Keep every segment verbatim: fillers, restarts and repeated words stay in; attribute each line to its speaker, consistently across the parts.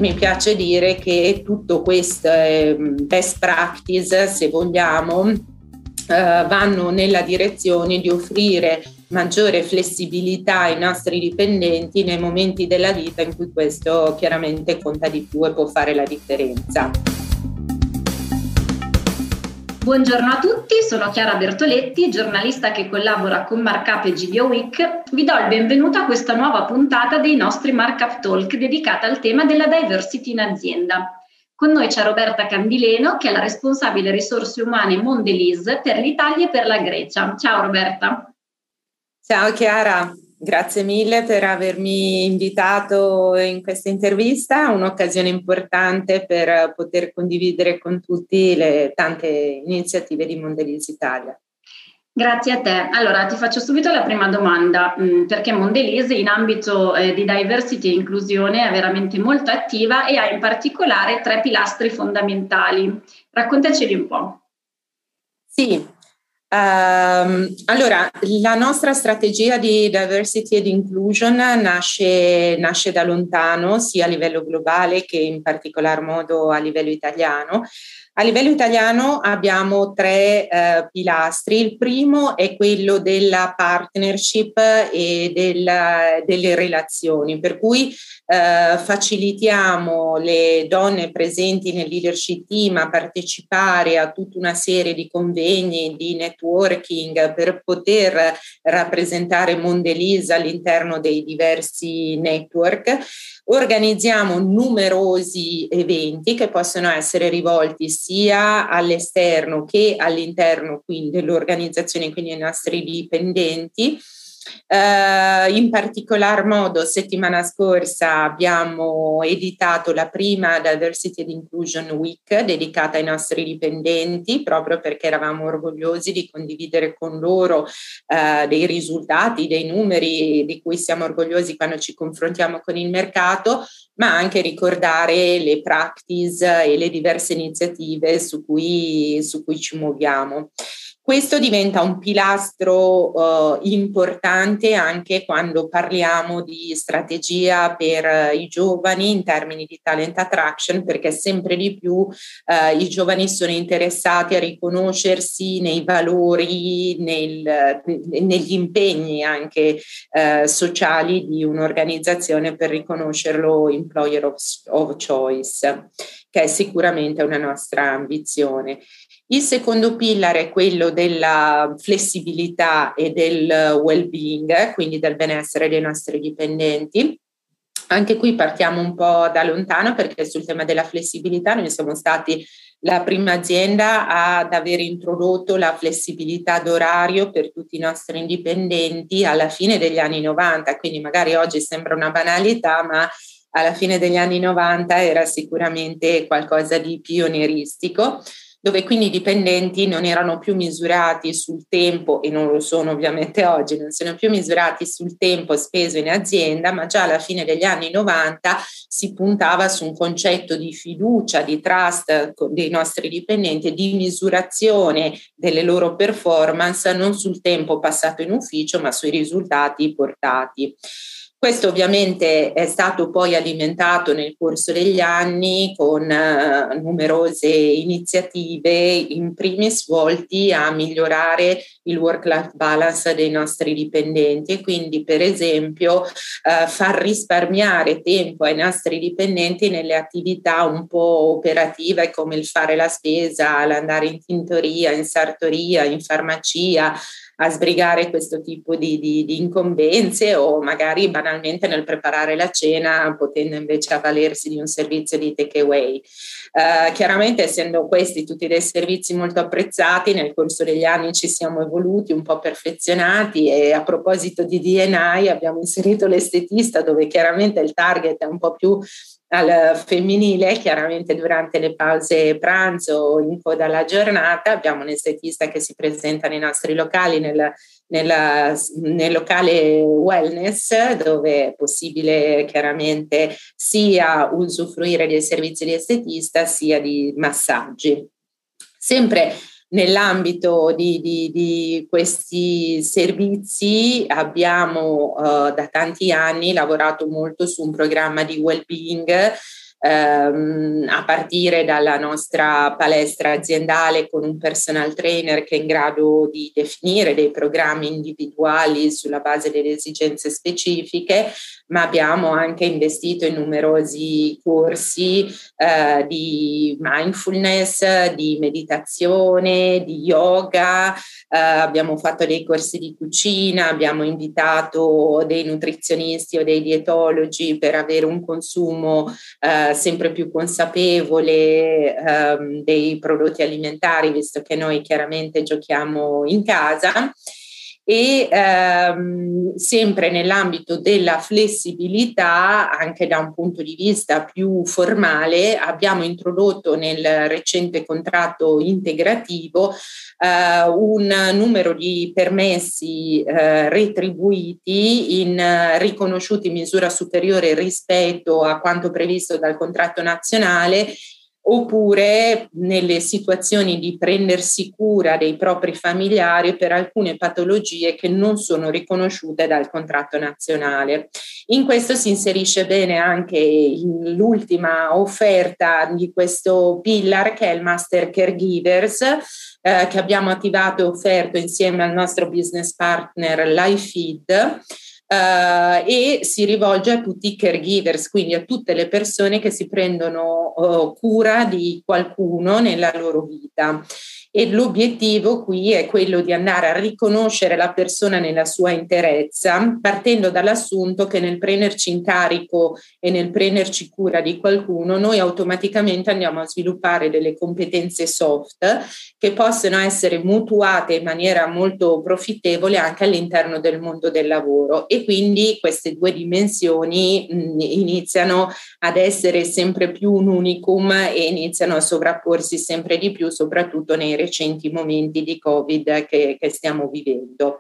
Speaker 1: mi piace dire che tutto questo eh, best practice, se vogliamo, eh, vanno nella direzione di offrire maggiore flessibilità ai nostri dipendenti nei momenti della vita in cui questo chiaramente conta di più e può fare la differenza.
Speaker 2: Buongiorno a tutti, sono Chiara Bertoletti, giornalista che collabora con Markup e G B O Week. Vi do il benvenuto a questa nuova puntata dei nostri Markup Talk dedicata al tema della diversity in azienda. Con noi c'è Roberta Candileno, che è la responsabile risorse umane Mondelez per l'Italia e per la Grecia. Ciao Roberta.
Speaker 1: Ciao Chiara, grazie mille per avermi invitato in questa intervista, un'occasione importante per poter condividere con tutti le tante iniziative di Mondelez Italia.
Speaker 2: Grazie a te. Allora ti faccio subito la prima domanda, perché Mondelez in ambito eh, di diversity e inclusione è veramente molto attiva e ha in particolare tre pilastri fondamentali. Raccontaceli un po'.
Speaker 1: Sì. Um, allora, la nostra strategia di diversity ed inclusion nasce, nasce da lontano, sia a livello globale che in particolar modo a livello italiano. A livello italiano abbiamo tre eh, pilastri. Il primo è quello della partnership e della, delle relazioni, per cui eh, facilitiamo le donne presenti nel leadership team a partecipare a tutta una serie di convegni, di networking per poter rappresentare Mondelez all'interno dei diversi network. Organizziamo numerosi eventi che possono essere rivolti sia all'esterno che all'interno quindi dell'organizzazione, quindi ai nostri dipendenti. Uh, in particolar modo settimana scorsa abbiamo editato la prima Diversity and Inclusion Week dedicata ai nostri dipendenti, proprio perché eravamo orgogliosi di condividere con loro uh, dei risultati, dei numeri di cui siamo orgogliosi quando ci confrontiamo con il mercato, ma anche ricordare le practice e le diverse iniziative su cui, su cui ci muoviamo. Questo diventa un pilastro uh, importante anche quando parliamo di strategia per uh, i giovani in termini di talent attraction, perché sempre di più uh, i giovani sono interessati a riconoscersi nei valori, nel, negli impegni anche uh, sociali di un'organizzazione per riconoscerlo employer of, of choice, che è sicuramente una nostra ambizione. Il secondo pillar è quello della flessibilità e del well-being, quindi del benessere dei nostri dipendenti. Anche qui partiamo un po' da lontano, perché sul tema della flessibilità noi siamo stati la prima azienda ad aver introdotto la flessibilità d'orario per tutti i nostri indipendenti alla fine degli anni novanta, quindi magari oggi sembra una banalità, ma alla fine degli anni novanta era sicuramente qualcosa di pionieristico, dove quindi i dipendenti non erano più misurati sul tempo, e non lo sono ovviamente oggi, non sono più misurati sul tempo speso in azienda, ma già alla fine degli anni novanta si puntava su un concetto di fiducia, di trust dei nostri dipendenti e di misurazione delle loro performance non sul tempo passato in ufficio, ma sui risultati portati. Questo ovviamente è stato poi alimentato nel corso degli anni con uh, numerose iniziative, in primis volti a migliorare il work-life balance dei nostri dipendenti, e quindi per esempio uh, far risparmiare tempo ai nostri dipendenti nelle attività un po' operative come il fare la spesa, l'andare in tintoria, in sartoria, in farmacia, a sbrigare questo tipo di, di, di incombenze, o magari banalmente nel preparare la cena, potendo invece avvalersi di un servizio di take away. Uh, chiaramente, essendo questi tutti dei servizi molto apprezzati, nel corso degli anni ci siamo evoluti, un po' perfezionati, e a proposito di D and I abbiamo inserito l'estetista, dove chiaramente il target è un po' più al femminile. Chiaramente durante le pause pranzo in coda alla giornata abbiamo un estetista che si presenta nei nostri locali, nel, nella, nel locale wellness, dove è possibile chiaramente sia usufruire dei servizi di estetista sia di massaggi. Sempre nell'ambito di, di, di questi servizi abbiamo uh, da tanti anni lavorato molto su un programma di well-being ehm, a partire dalla nostra palestra aziendale con un personal trainer che è in grado di definire dei programmi individuali sulla base delle esigenze specifiche, ma abbiamo anche investito in numerosi corsi eh, di mindfulness, di meditazione, di yoga, eh, abbiamo fatto dei corsi di cucina, abbiamo invitato dei nutrizionisti o dei dietologi per avere un consumo eh, sempre più consapevole ehm, dei prodotti alimentari, visto che noi chiaramente giochiamo in casa. E ehm, sempre nell'ambito della flessibilità, anche da un punto di vista più formale, abbiamo introdotto nel recente contratto integrativo eh, un numero di permessi eh, retribuiti in, eh, riconosciuti in misura superiore rispetto a quanto previsto dal contratto nazionale, oppure nelle situazioni di prendersi cura dei propri familiari per alcune patologie che non sono riconosciute dal contratto nazionale. In questo si inserisce bene anche l'ultima offerta di questo pillar, che è il Master Caregivers, eh, che abbiamo attivato e offerto insieme al nostro business partner LifeFeed. Uh, e si rivolge a tutti i caregivers, quindi a tutte le persone che si prendono uh, cura di qualcuno nella loro vita. E l'obiettivo qui è quello di andare a riconoscere la persona nella sua interezza, partendo dall'assunto che nel prenderci in carico e nel prenderci cura di qualcuno, noi automaticamente andiamo a sviluppare delle competenze soft che possono essere mutuate in maniera molto profittevole anche all'interno del mondo del lavoro. E quindi queste due dimensioni mh, iniziano ad essere sempre più un unicum e iniziano a sovrapporsi sempre di più, soprattutto nei recenti momenti di Covid che, che stiamo vivendo.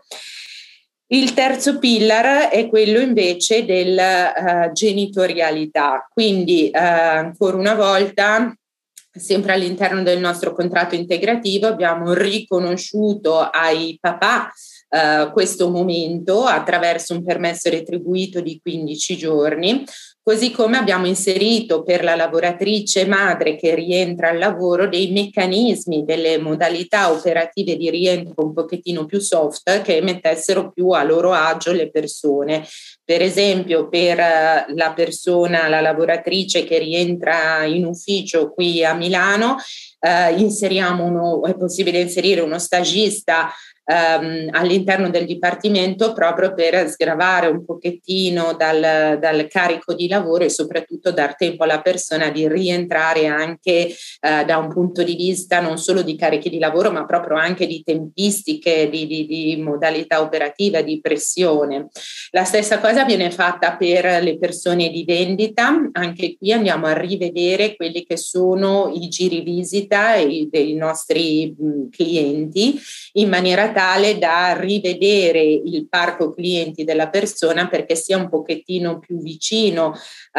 Speaker 1: Il terzo pillar è quello invece della uh, genitorialità, quindi uh, ancora una volta, sempre all'interno del nostro contratto integrativo, abbiamo riconosciuto ai papà Uh, questo momento attraverso un permesso retribuito di quindici giorni, così come abbiamo inserito per la lavoratrice madre che rientra al lavoro dei meccanismi, delle modalità operative di rientro un pochettino più soft che mettessero più a loro agio le persone. Per esempio, per la persona, la lavoratrice che rientra in ufficio qui a Milano, uh, inseriamo uno, è possibile inserire uno stagista Um, all'interno del dipartimento proprio per sgravare un pochettino dal, dal carico di lavoro e soprattutto dar tempo alla persona di rientrare anche uh, da un punto di vista non solo di carichi di lavoro ma proprio anche di tempistiche, di, di, di modalità operativa, di pressione. La stessa cosa viene fatta per le persone di vendita, anche qui andiamo a rivedere quelli che sono i giri visita dei nostri mh, clienti in maniera tale da rivedere il parco clienti della persona perché sia un pochettino più vicino eh,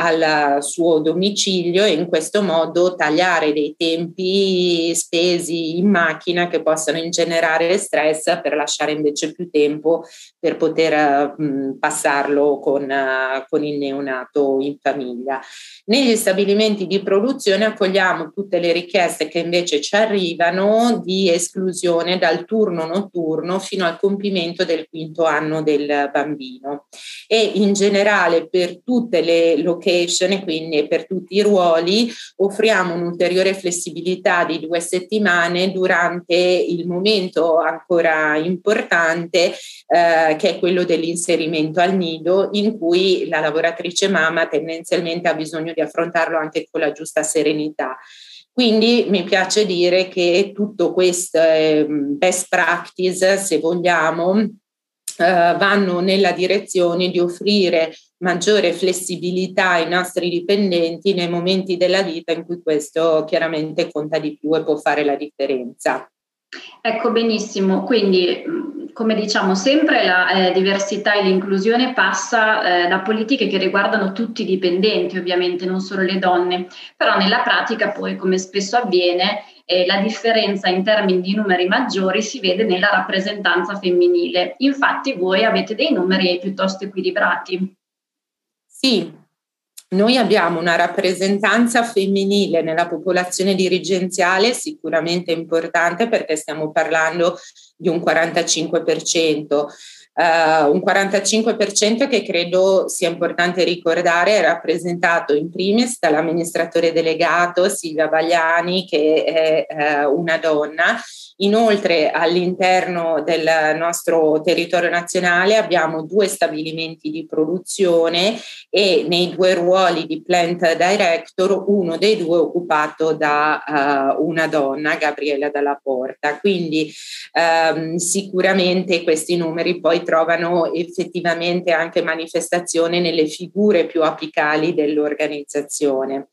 Speaker 1: al suo domicilio e in questo modo tagliare dei tempi spesi in macchina che possano ingenerare stress per lasciare invece più tempo per poter mh, passarlo con, uh, con il neonato in famiglia. Negli stabilimenti di produzione accogliamo tutte le richieste che invece ci arrivano di esclusione dal turno notturno fino al compimento del quinto anno del bambino e in generale per tutte le location, quindi per tutti i ruoli, offriamo un'ulteriore flessibilità di due settimane durante il momento ancora importante eh, che è quello dell'inserimento al nido, in cui la lavoratrice mamma tendenzialmente ha bisogno di affrontarlo anche con la giusta serenità. Quindi mi piace dire che tutto questo eh, best practice, se vogliamo, eh, vanno nella direzione di offrire maggiore flessibilità ai nostri dipendenti nei momenti della vita in cui questo chiaramente conta di più e può fare la differenza.
Speaker 2: Ecco, benissimo, quindi come diciamo sempre la eh, diversità e l'inclusione passa eh, da politiche che riguardano tutti i dipendenti, ovviamente non solo le donne, però nella pratica poi, come spesso avviene, eh, la differenza in termini di numeri maggiori si vede nella rappresentanza femminile. Infatti voi avete dei numeri piuttosto equilibrati.
Speaker 1: Sì. Noi abbiamo una rappresentanza femminile nella popolazione dirigenziale sicuramente importante, perché stiamo parlando di un quarantacinque per cento. Uh, un quarantacinque per cento che credo sia importante ricordare è rappresentato in primis dall'amministratore delegato Silvia Bagliani, che è uh, una donna. Inoltre all'interno del nostro territorio nazionale abbiamo due stabilimenti di produzione e nei due ruoli di plant director uno dei due occupato da uh, una donna, Gabriella Dalla Porta. Quindi um, sicuramente questi numeri poi trovano effettivamente anche manifestazione nelle figure più apicali dell'organizzazione.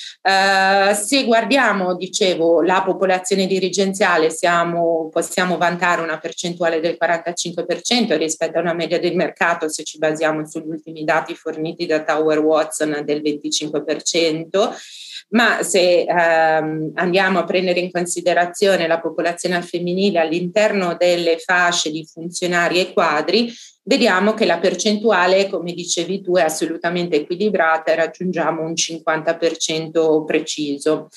Speaker 1: Uh, se guardiamo, dicevo, la popolazione dirigenziale, siamo, possiamo vantare una percentuale del quarantacinque per cento rispetto a una media del mercato, se ci basiamo sugli ultimi dati forniti da Tower Watson, del venticinque per cento. Ma se ehm, andiamo a prendere in considerazione la popolazione al femminile all'interno delle fasce di funzionari e quadri, vediamo che la percentuale, come dicevi tu, è assolutamente equilibrata e raggiungiamo un cinquanta per cento preciso.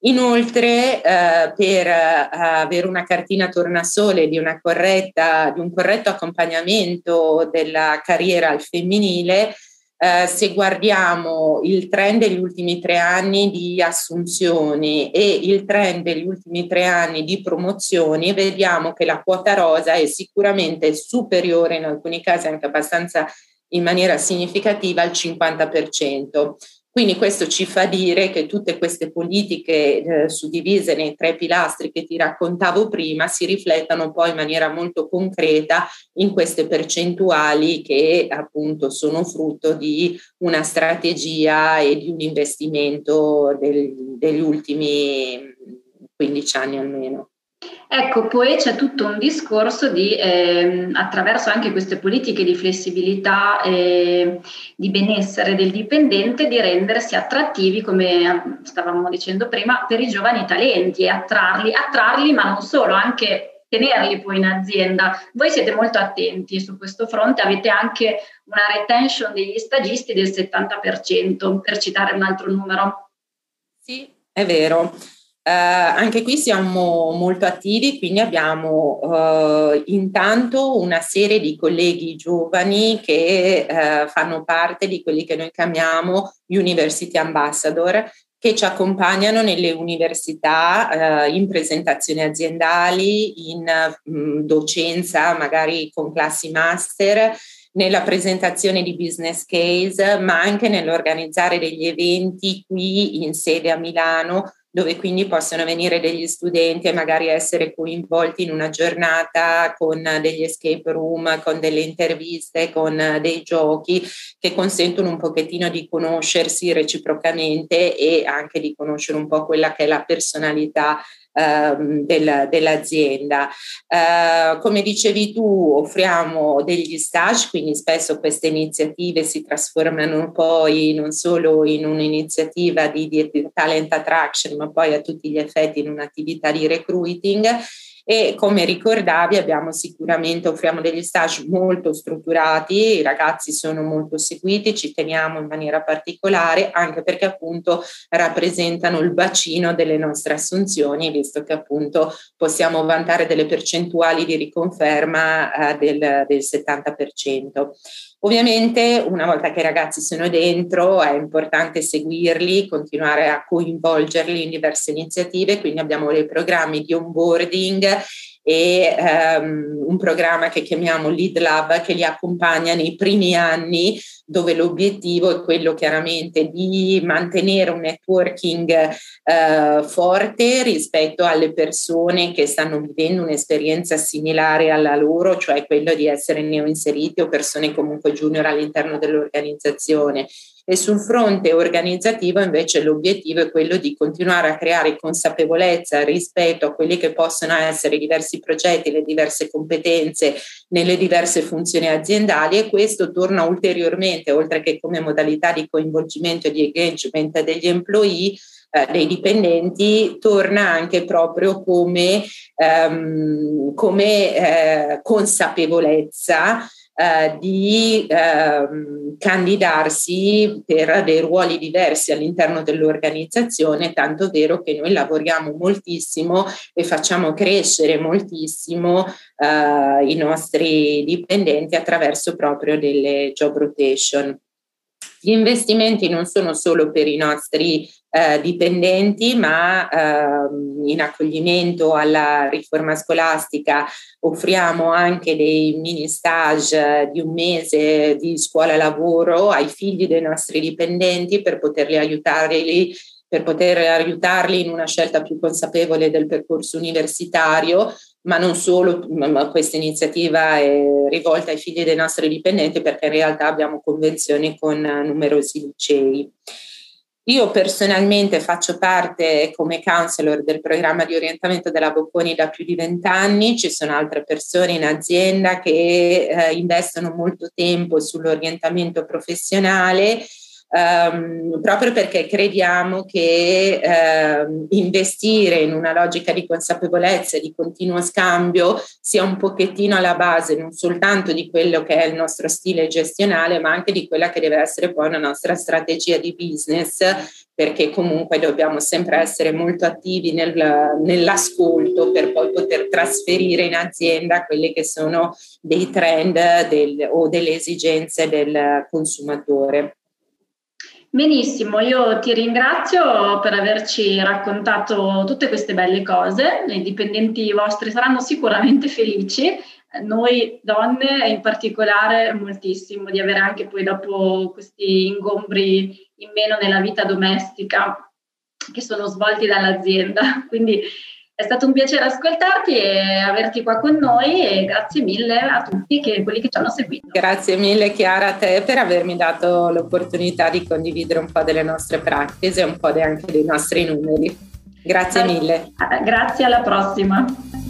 Speaker 1: Inoltre, eh, per eh, avere una cartina tornasole di, una corretta, di un corretto accompagnamento della carriera al femminile, Uh, se guardiamo il trend degli ultimi tre anni di assunzioni e il trend degli ultimi tre anni di promozioni, vediamo che la quota rosa è sicuramente superiore, in alcuni casi anche abbastanza in maniera significativa, al cinquanta per cento. Quindi questo ci fa dire che tutte queste politiche eh, suddivise nei tre pilastri che ti raccontavo prima si riflettono poi in maniera molto concreta in queste percentuali che appunto sono frutto di una strategia e di un investimento del, degli ultimi quindici anni almeno.
Speaker 2: Ecco, poi c'è tutto un discorso di, eh, attraverso anche queste politiche di flessibilità e di benessere del dipendente, di rendersi attrattivi, come stavamo dicendo prima, per i giovani talenti e attrarli, attrarli ma non solo, anche tenerli poi in azienda. Voi siete molto attenti su questo fronte, avete anche una retention degli stagisti del settanta per cento, per citare un altro numero.
Speaker 1: Sì, è vero. Uh, anche qui siamo molto attivi, quindi abbiamo uh, intanto una serie di colleghi giovani che uh, fanno parte di quelli che noi chiamiamo University Ambassador, che ci accompagnano nelle università uh, in presentazioni aziendali, in uh, docenza magari con classi master, nella presentazione di business case, ma anche nell'organizzare degli eventi qui in sede a Milano, dove quindi possono venire degli studenti e magari essere coinvolti in una giornata con degli escape room, con delle interviste, con dei giochi che consentono un pochettino di conoscersi reciprocamente e anche di conoscere un po' quella che è la personalità Uh, del, dell'azienda. Uh, come dicevi tu, offriamo degli stage, quindi spesso queste iniziative si trasformano poi non solo in un'iniziativa di, di talent attraction, ma poi a tutti gli effetti in un'attività di recruiting. E come ricordavi abbiamo sicuramente, offriamo degli stage molto strutturati, i ragazzi sono molto seguiti, ci teniamo in maniera particolare anche perché appunto rappresentano il bacino delle nostre assunzioni, visto che appunto possiamo vantare delle percentuali di riconferma eh, del, del settanta per cento. Ovviamente una volta che i ragazzi sono dentro è importante seguirli, continuare a coinvolgerli in diverse iniziative, quindi abbiamo dei programmi di onboarding e um, un programma che chiamiamo Lead Lab che li accompagna nei primi anni, dove l'obiettivo è quello chiaramente di mantenere un networking uh, forte rispetto alle persone che stanno vivendo un'esperienza similare alla loro, cioè quello di essere neoinseriti o persone comunque junior all'interno dell'organizzazione. E sul fronte organizzativo invece l'obiettivo è quello di continuare a creare consapevolezza rispetto a quelli che possono essere i diversi progetti, le diverse competenze nelle diverse funzioni aziendali, e questo torna ulteriormente, oltre che come modalità di coinvolgimento e di engagement degli employee, eh, dei dipendenti, torna anche proprio come, ehm, come eh, consapevolezza eh, di eh, candidarsi per dei ruoli diversi all'interno dell'organizzazione, tanto vero che noi lavoriamo moltissimo e facciamo crescere moltissimo eh, i nostri dipendenti attraverso proprio delle job rotation. Gli investimenti non sono solo per i nostri eh, dipendenti, ma eh, in accoglimento alla riforma scolastica offriamo anche dei mini stage di un mese di scuola lavoro ai figli dei nostri dipendenti per poterli aiutarli, per poter aiutarli in una scelta più consapevole del percorso universitario. Ma non solo, ma questa iniziativa è rivolta ai figli dei nostri dipendenti, perché in realtà abbiamo convenzioni con numerosi licei. Io personalmente faccio parte come counselor del programma di orientamento della Bocconi da più di vent'anni. Ci sono altre persone in azienda che eh, investono molto tempo sull'orientamento professionale, Um, proprio perché crediamo che uh, investire in una logica di consapevolezza e di continuo scambio sia un pochettino alla base non soltanto di quello che è il nostro stile gestionale, ma anche di quella che deve essere poi una nostra strategia di business, perché comunque dobbiamo sempre essere molto attivi nel, nell'ascolto per poi poter trasferire in azienda quelli che sono dei trend del, o delle esigenze del consumatore.
Speaker 2: Benissimo, io ti ringrazio per averci raccontato tutte queste belle cose. I dipendenti vostri saranno sicuramente felici, noi donne in particolare moltissimo, di avere anche poi dopo questi ingombri in meno nella vita domestica che sono svolti dall'azienda. Quindi è stato un piacere ascoltarti e averti qua con noi, e grazie mille a tutti che, quelli che ci hanno seguito.
Speaker 1: Grazie mille Chiara a te per avermi dato l'opportunità di condividere un po' delle nostre practice e un po' anche dei nostri numeri. Grazie mille.
Speaker 2: Grazie, alla prossima.